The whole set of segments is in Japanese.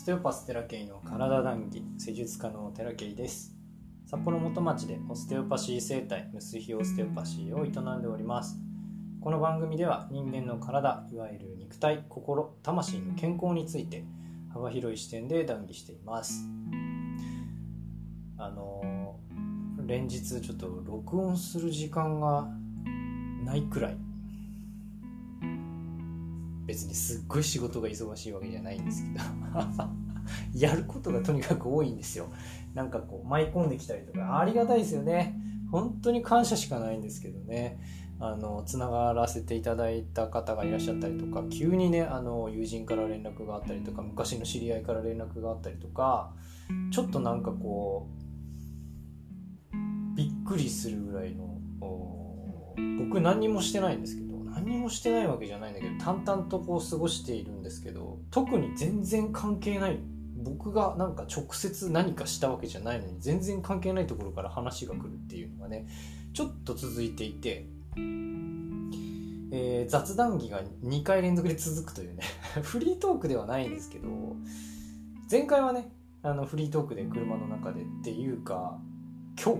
ステオパステラケイの体談義、施術家のテラケイです。札幌元町でオステオパシー生態ムスヒオステオパシーを営んでおります。この番組では人間の体、いわゆる肉体、心、魂の健康について幅広い視点で談義しています。連日ちょっと録音する時間がないくらい、別にすっごい仕事が忙しいわけじゃないんですけどやることがとにかく多いんですよ。なんかこう舞い込んできたりとかありがたいですよね。本当に感謝しかないんですけどね。つながらせていただいた方がいらっしゃったりとか、急にね友人から連絡があったりとか、昔の知り合いから連絡があったりとか、ちょっとなんかこうびっくりするぐらいの、僕何にもしてないんですけど、何にもしてないわけじゃないんだけど、淡々とこう過ごしているんですけど、特に全然関係ない、僕がなんか直接何かしたわけじゃないのに全然関係ないところから話が来るっていうのがね、ちょっと続いていて、雑談義が2回連続で続くというねフリートークではないんですけど、前回はねフリートークで車の中でっていうか、今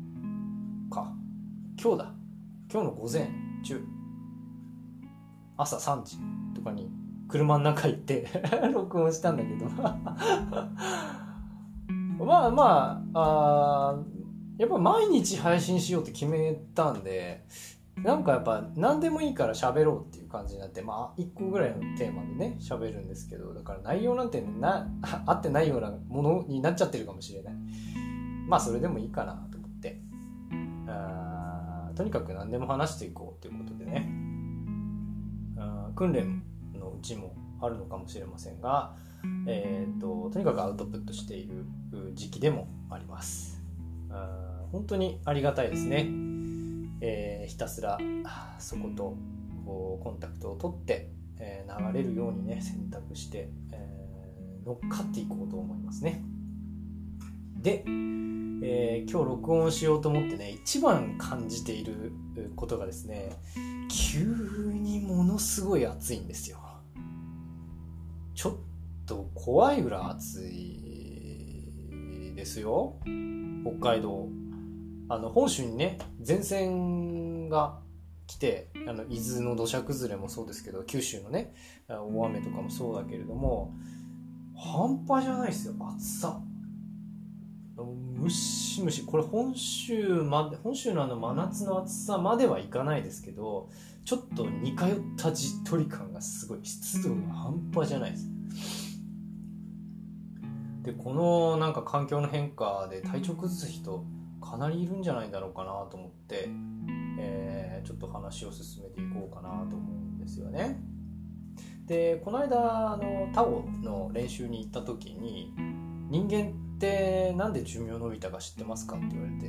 日の午前中朝3時とかに車の中行って録音したんだけどやっぱ毎日配信しようって決めたんで、なんかやっぱ何でもいいから喋ろうっていう感じになって、1個ぐらいのテーマでね喋るんですけど、だから内容なんて合ってないようなものになっちゃってるかもしれない。それでもいいかなと思って、とにかく何でも話していこうということでね、訓練のうちもあるのかもしれませんが、とにかくアウトプットしている時期でもあります。本当にありがたいですね。ひたすらそことコンタクトを取って、流れるようにね選択して、乗っかっていこうと思いますね。で、今日録音しようと思ってね、一番感じていることがですね、急にものすごい暑いんですよ。ちょっと怖いぐらい暑いですよ。北海道本州にね前線が来て、伊豆の土砂崩れもそうですけど、九州のね大雨とかもそうだけれども、半端じゃないですよ、暑さ。ムシムシ、これ本州の真夏の暑さまではいかないですけど、ちょっと似通ったじっとり感がすごい、湿度が半端じゃないです。でこのなんか環境の変化で体調崩す人かなりいるんじゃないだろうかなと思って、ちょっと話を進めていこうかなと思うんですよね。でこの間タオの練習に行った時に、人間ってなんで寿命伸びたか知ってますかって言われて、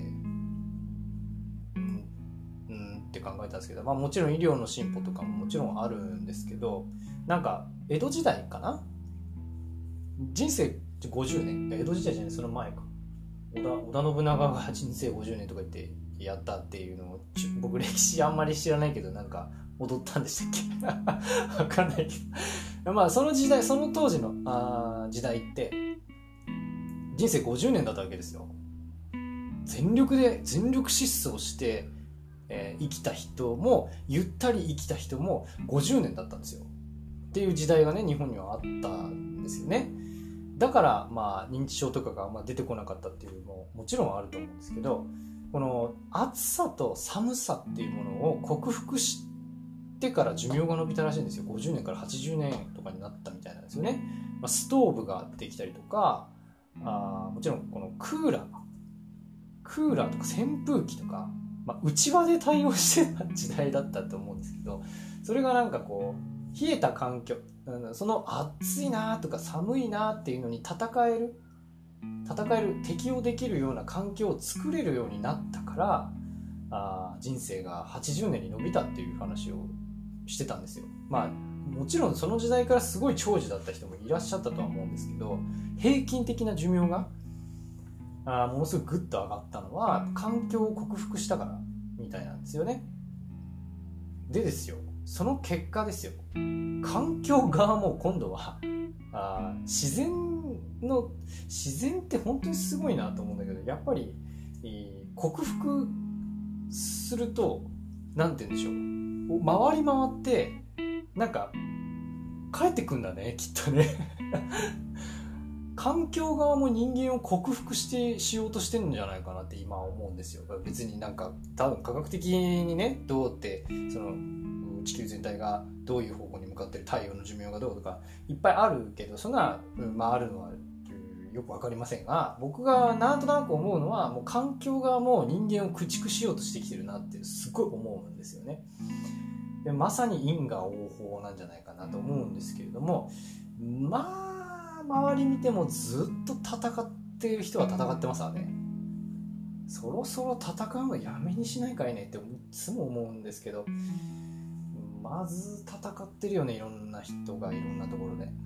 って考えたんですけど、もちろん医療の進歩とかももちろんあるんですけど、なんか江戸時代かな、人生50年、江戸時代じゃない、その前か、織田信長が人生50年とか言ってやったっていうのを、僕歴史あんまり知らないけど、なんか踊ったんでしたっけわかんないけどその時代、その当時の時代って人生50年だったわけですよ。全力疾走して、生きた人もゆったり生きた人も50年だったんですよっていう時代がね日本にはあったんですよね。だから認知症とかが出てこなかったっていうのももちろんあると思うんですけど、この暑さと寒さっていうものを克服してから寿命が伸びたらしいんですよ。50年から80年とかになったみたいなんですよね。ストーブができたりとか、もちろんこのクーラーとか扇風機とか、内輪で対応してた時代だったと思うんですけど、それがなんかこう冷えた環境、その暑いなとか寒いなっていうのに戦える適応できるような環境を作れるようになったから、人生が80年に伸びたっていう話をしてたんですよ。もちろんその時代からすごい長寿だった人もいらっしゃったとは思うんですけど、平均的な寿命がものすごくグッと上がったのは環境を克服したからみたいなんですよね。でですよ、その結果ですよ、環境側も今度は自然って本当にすごいなと思うんだけど、やっぱり、克服するとなんて言うんでしょう、回り回ってなんか帰ってくんだね、きっとね環境側も人間を克服しようとしてるんじゃないかなって今思うんですよ。別になんか多分科学的にね、どうってその地球全体がどういう方向に向かってる、太陽の寿命がどうとかいっぱいあるけど、そんな、あるのはよく分かりませんが、僕がなんとなく思うのは、もう環境側も人間を駆逐しようとしてきてるなってすごい思うんですよね。でまさに因果応報なんじゃないかなと思うんですけれども、周り見てもずっと戦っている人は戦ってますわね。そろそろ戦うのやめにしないかいねっていつも思うんですけど、まず戦ってるよね、いろんな人がいろんなところで。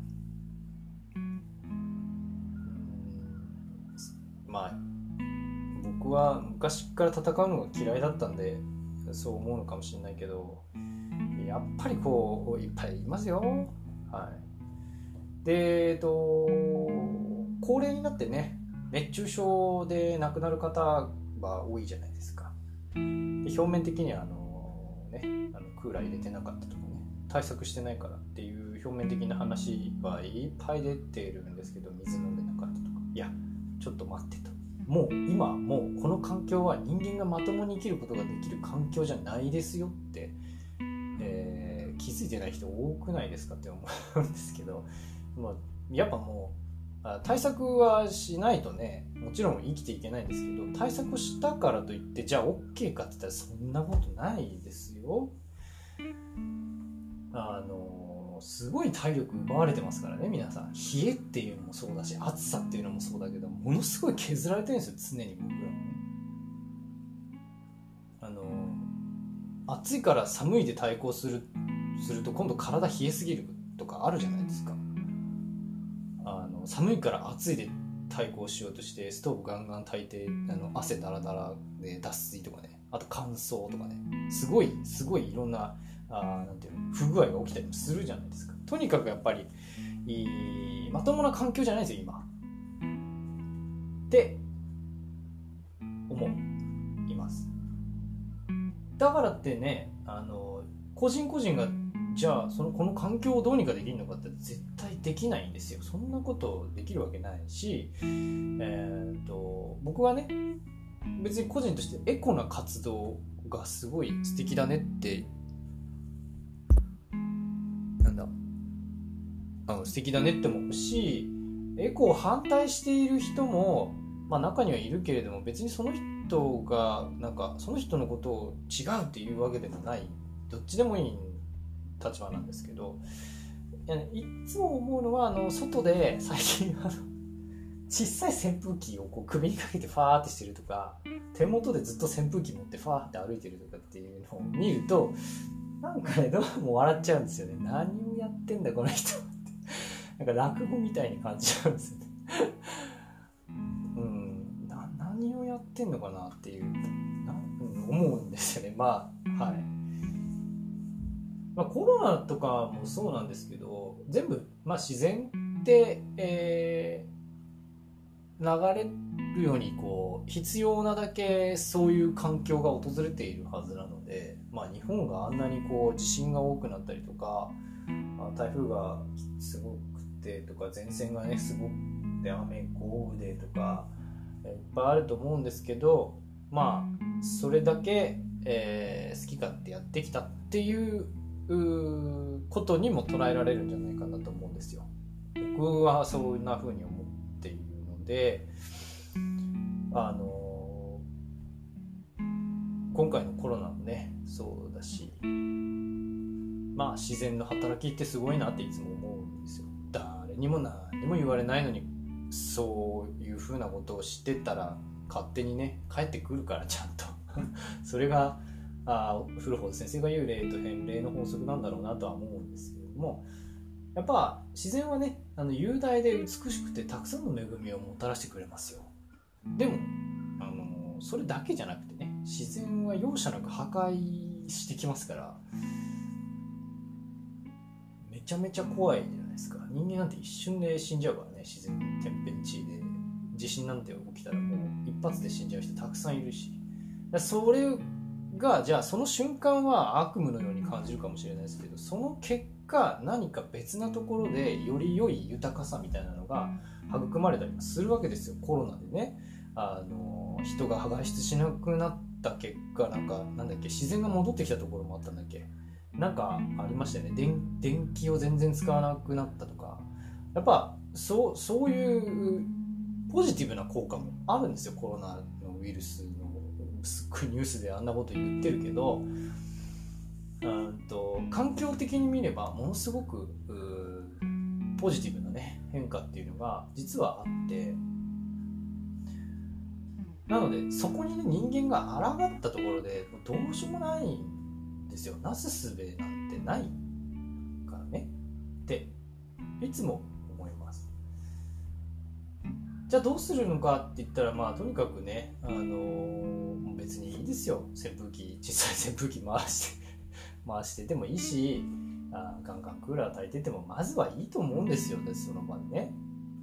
僕は昔から戦うのが嫌いだったんでそう思うのかもしれないけど、やっぱりこういっぱいいますよ。はい。で高齢になってね、熱中症で亡くなる方は多いじゃないですか。で表面的にはクーラー入れてなかったとかね、対策してないからっていう表面的な話はいっぱい出てるんですけど、水飲んでなかったとか、いやちょっと待ってと、もうこの環境は人間がまともに生きることができる環境じゃないですよって、気づいてない人多くないですかって思うんですけど、やっぱもう対策はしないとね、もちろん生きていけないんですけど、対策をしたからといってじゃあ OK かって言ったらそんなことないですよ。すごい体力奪われてますからね、皆さん。冷えっていうのもそうだし、暑さっていうのもそうだけど、ものすごい削られてるんですよ、常に僕らもね。暑いから寒いで対抗すると今度体冷えすぎるとかあるじゃないですか。寒いから暑いで対抗しようとしてストーブガンガン炊いて汗だらだらで脱水とかね、あと乾燥とかね、すごいいろんななんていうの、不具合が起きたりもするじゃないですか。とにかくやっぱりまともな環境じゃないですよ今って思います。だからってね、個人個人がじゃあこの環境をどうにかできるのかって絶対できないんですよ。そんなことできるわけないし、僕はね、別に個人としてエコな活動がすごい素敵だねって素敵だねって思うし、エコを反対している人も、中にはいるけれども、別にその人がその人のことを違うっていうわけでもない、どっちでもいい立場なんですけど、いつも思うのは外で最近小さい扇風機をこう首にかけてファーってしてるとか、手元でずっと扇風機持ってファーって歩いてるとかっていうのを見ると、なんかね、どうも笑っちゃうんですよね。何をやってんだこの人って落語みたいに感じちゃうんですよね何をやってんのかなっていう思うんですよね。コロナとかもそうなんですけど、全部、自然って流れるようにこう必要なだけそういう環境が訪れているはずなので、日本があんなにこう地震が多くなったりとか、台風がすごくてとか、前線がねすごくて雨豪雨でとかいっぱいあると思うんですけど、それだけ、好き勝手やってきたっていうことにも捉えられるんじゃないかなと思うんですよ。僕はそんな風に思っているので、今回のコロナもねそうだし、自然の働きってすごいなっていつも思うんですよ。誰にも何にも言われないのにそういう風なことをしてたら勝手にね帰ってくるから、ちゃんとそれが古本先生が言う霊と変霊の法則なんだろうなとは思うんですけれども、やっぱ自然はね雄大で美しくてたくさんの恵みをもたらしてくれますよ。でもそれだけじゃなくてね、自然は容赦なく破壊してきますから、めちゃめちゃ怖いじゃないないですか。人間なんて一瞬で死んじゃうからね。自然の天変地異で地震なんて起きたらもう一発で死んじゃう人たくさんいるし、それがじゃあその瞬間は悪夢のように感じるかもしれないですけど、その結果何か別なところでより良い豊かさみたいなのが育まれたりするわけですよ。コロナでね、人が外出しなくなった結果、なんだっけ、自然が戻ってきたところもあったんだっけ、なんかありましたよね。電気を全然使わなくなったとか、やっぱそういうポジティブな効果もあるんですよ。コロナのウイルスのすっごいニュースであんなこと言ってるけど、環境的に見ればものすごくポジティブなね変化っていうのが実はあって、なのでそこにね人間が抗ったところでどうしようもないんですよ。なすすべなんてないからねっていつも思います。じゃあどうするのかって言ったら、とにかくね、別にいいですよ。小さい扇風機回してでもいいし、ガンガンクーラー焚いててもまずはいいと思うんですよ。その場でね、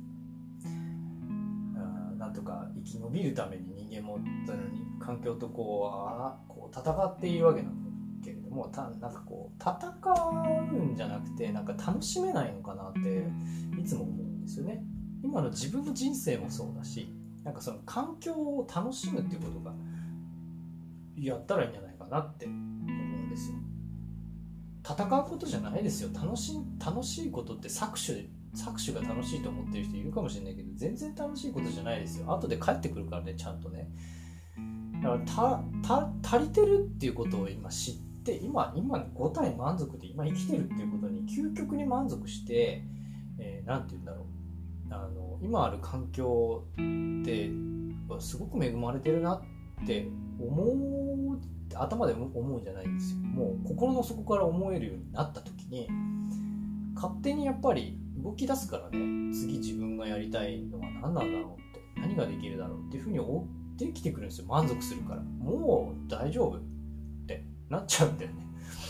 なんとか生き延びるために人間も環境とこう戦っているわけなんだけれども、なんかこう戦うんじゃなくてなんか楽しめないのかなっていつも思うんですよね。今の自分の人生もそうだし、なんかその環境を楽しむっていうことがやったらいいんじゃないかなって思うんですよ。戦うことじゃないですよ。楽しいことって搾取が楽しいと思ってる人いるかもしれないけど、全然楽しいことじゃないですよ。後で帰ってくるからね、ちゃんとね。だから足りてるっていうことを今知って、今5体満足で今生きてるっていうことに究極に満足して、なんて言うんだろう、今ある環境ってすごく恵まれてるなって頭で思うんじゃないんですよ。もう心の底から思えるようになった時に勝手にやっぱり動き出すからね。次自分がやりたいのは何なんだろうって、何ができるだろうっていうふうに追ってきてくるんですよ。満足するから、もう大丈夫ってなっちゃうんだよね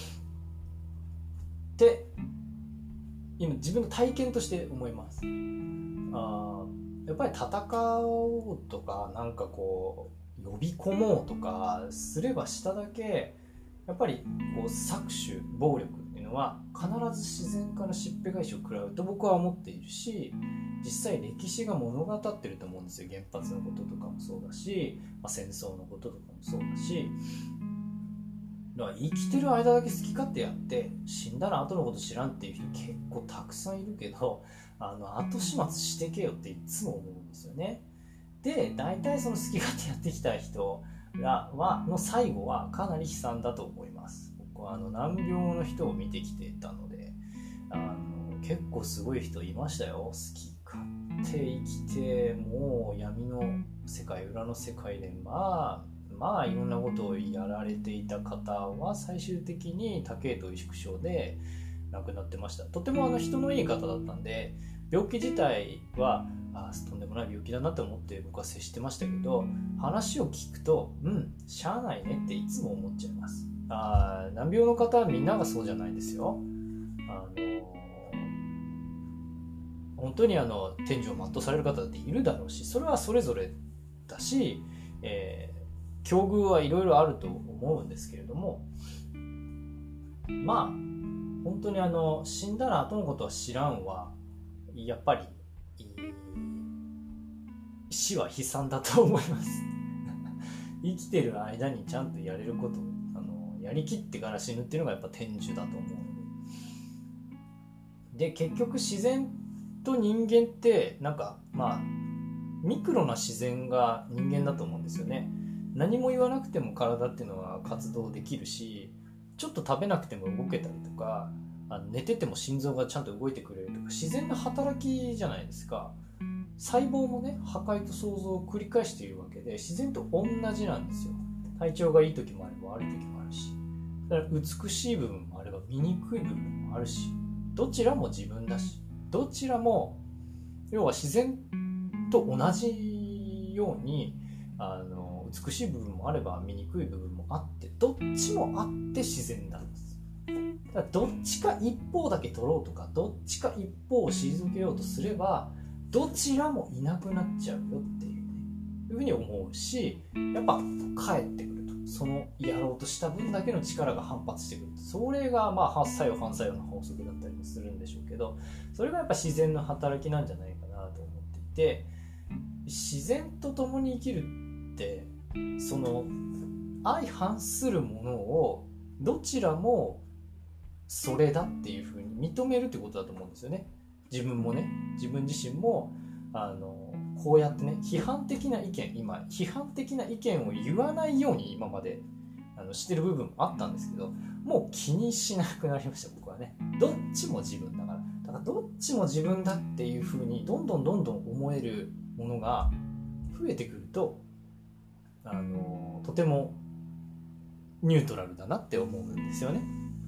って今自分の体験として思います。やっぱり戦おうとかなんかこう呼び込もうとかすればしただけやっぱりこう搾取暴力っていうのは必ず自然からしっぺ返しを食らうと僕は思っているし、実際歴史が物語ってると思うんですよ。原発のこととかもそうだし、戦争のこととかもそうだし、だから生きてる間だけ好き勝手やって死んだら後のこと知らんっていう人結構たくさんいるけど、後始末してけよっていつも思うんですよね。で大体その好き勝手やってきた人らの最後はかなり悲惨だと思います。僕は難病の人を見てきてたので、結構すごい人いましたよ。好き勝手生きてもう闇の世界裏の世界でいろんなことをやられていた方は最終的に多系統萎縮症で亡くなってました。とても人のいい方だったんで、病気自体はとんでもない病気だなと思って僕は接してましたけど、話を聞くとしゃあないねっていつも思っちゃいます。難病の方はみんながそうじゃないですよ。本当に天寿を全うされる方だっているだろうし、それはそれぞれだし、境遇はいろいろあると思うんですけれども、本当に死んだら後のことは知らんはやっぱり死は悲惨だと思います生きてる間にちゃんとやれることやりきってから死ぬっていうのがやっぱ天寿だと思うので、結局自然と人間ってなんかミクロな自然が人間だと思うんですよね。何も言わなくても体っていうのは活動できるし、ちょっと食べなくても動けたりとか、寝てても心臓がちゃんと動いてくれるとか、自然な働きじゃないですか。細胞もね、破壊と創造を繰り返しているわけで、自然と同じなんですよ。体調がいい時もあれば悪い時もあるし、だから美しい部分もあれば醜い部分もあるし、どちらも自分だし、どちらも要は自然と同じように美しい部分もあれば醜い部分もあって、どっちもあって自然なんです。 だからどっちか一方だけ取ろうとか、どっちか一方を退けようとすればどちらもいなくなっちゃうよっていうね、いうふうに思うし、やっぱ帰ってくると、そのやろうとした分だけの力が反発してくる、それがまあ作用反作用の法則だったりもするんでしょうけど、それがやっぱ自然の働きなんじゃないかなと思っていて、自然と共に生きるってその相反するものをどちらもそれだっていうふうに認めるってことだと思うんですよね。自分もね、自分自身もこうやってね、批判的な意見を言わないように今までしてる部分もあったんですけど、もう気にしなくなりました。僕はね、どっちも自分だからどっちも自分だっていうふうにどんどん思えるものが増えてくると、とてもニュートラルだなって思うんですよね。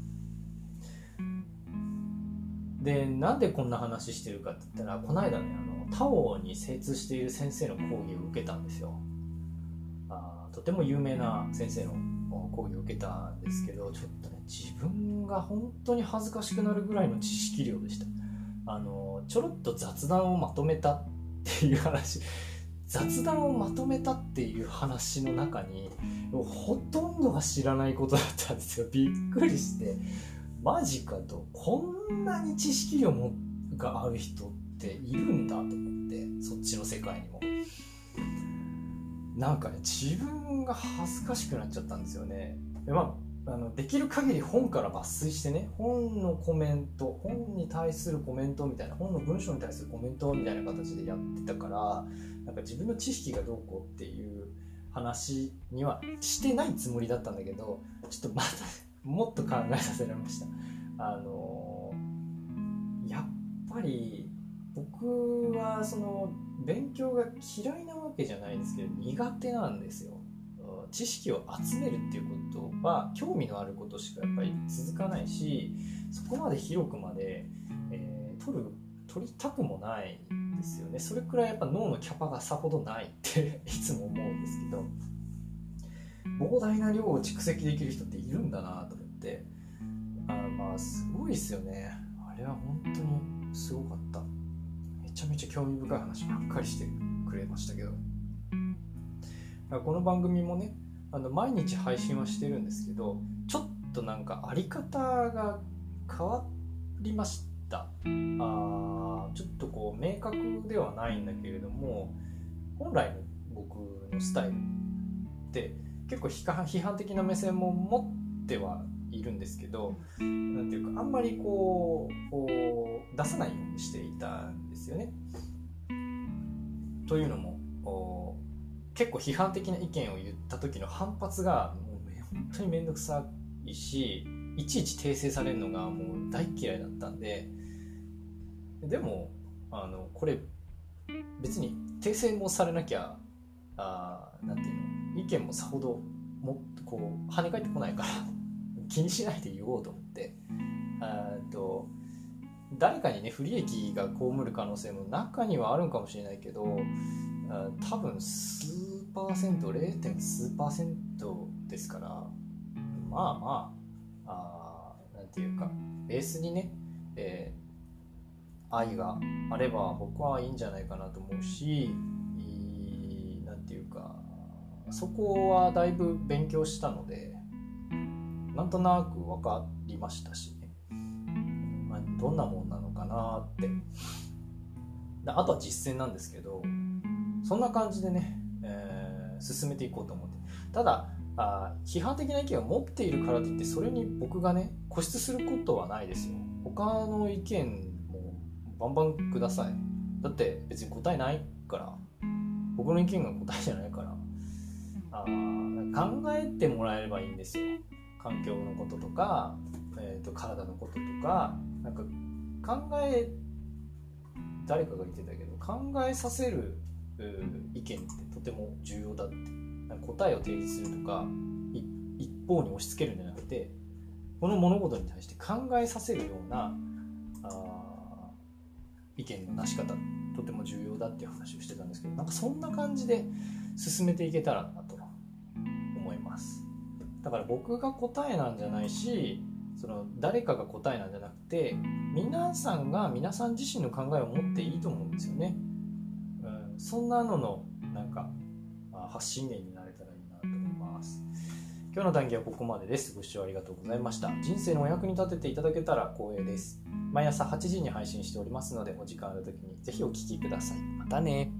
で、なんでこんな話してるかって言ったら、この間ね、タオに精通している先生の講義を受けたんですよ。とても有名な先生の講義を受けたんですけど、ちょっとね、自分が本当に恥ずかしくなるぐらいの知識量でした。ちょろっと雑談をまとめたっていう話、雑談をまとめたっていう話の中にほとんどが知らないことだったんですよ。びっくりして、マジかと、こんなに知識量がある人っているんだと思って、そっちの世界にもなんかね、自分が恥ずかしくなっちゃったんですよね。で、できる限り本から抜粋してね、本のコメント、本に対するコメントみたいな、本の文章に対するコメントみたいな形でやってたから、なんか自分の知識がどうこうっていう話にはしてないつもりだったんだけど、ちょっとまたもっと考えさせられました。やっぱり僕はその勉強が嫌いなわけじゃないですけど、苦手なんですよ。知識を集めるっていうことは興味のあることしかやっぱり続かないし、そこまで広くまで、取りたくもないんですよね。それくらいやっぱ脳のキャパがさほどないっていつも思うんですけど、膨大な量を蓄積できる人っているんだなと思って、すごいですよね。あれは本当にすごかった。めちゃめちゃ興味深い話ばっかりしてくれましたけど、この番組もね、毎日配信はしてるんですけど、ちょっとなんかあり方が変わりました。ちょっとこう明確ではないんだけれども、本来の僕のスタイルって結構批判的な目線も持ってはいるんですけど、なんていうか、あんまりこう出さないようにしていたんですよね。というのも、結構批判的な意見を言った時の反発がもう本当にめんどくさいし、いちいち訂正されるのがもう大嫌いだったんで、でもこれ別に訂正もされなきゃなんていうの、意見もさほどもっとこう跳ね返ってこないから気にしないで言おうと思って、誰かにね不利益が被る可能性も中にはあるんかもしれないけど、多分数%、 0. 数%ですから、なんていうか、ベースにね、愛があれば僕はいいんじゃないかなと思うし、なんていうか、そこはだいぶ勉強したのでなんとなく分かりましたしね、どんなもんなのかなって。あとは実践なんですけど、そんな感じでね、進めていこうと思って。ただ批判的な意見を持っているからといってそれに僕がね固執することはないですよ。他の意見もバンバンください。だって別に答えないから、僕の意見が答えじゃないから、考えてもらえればいいんですよ。環境のこととか、体のこととか、なんか誰かが言ってたけど、考えさせる意見ってとても重要だって。答えを提示するとか一方に押し付けるんじゃなくて、この物事に対して考えさせるような意見の出し方、とても重要だっていう話をしてたんですけど、なんかそんな感じで進めていけたらなと思います。だから僕が答えなんじゃないし、 その誰かが答えなんじゃなくて、皆さんが皆さん自身の考えを持っていいと思うんですよね。そんなののなんか、発信源になれたらいいなと思います。今日の談義はここまでです。ご視聴ありがとうございました。人生のお役に立てていただけたら光栄です。毎朝8時に配信しておりますので、お時間ある時にぜひお聞きください。またね。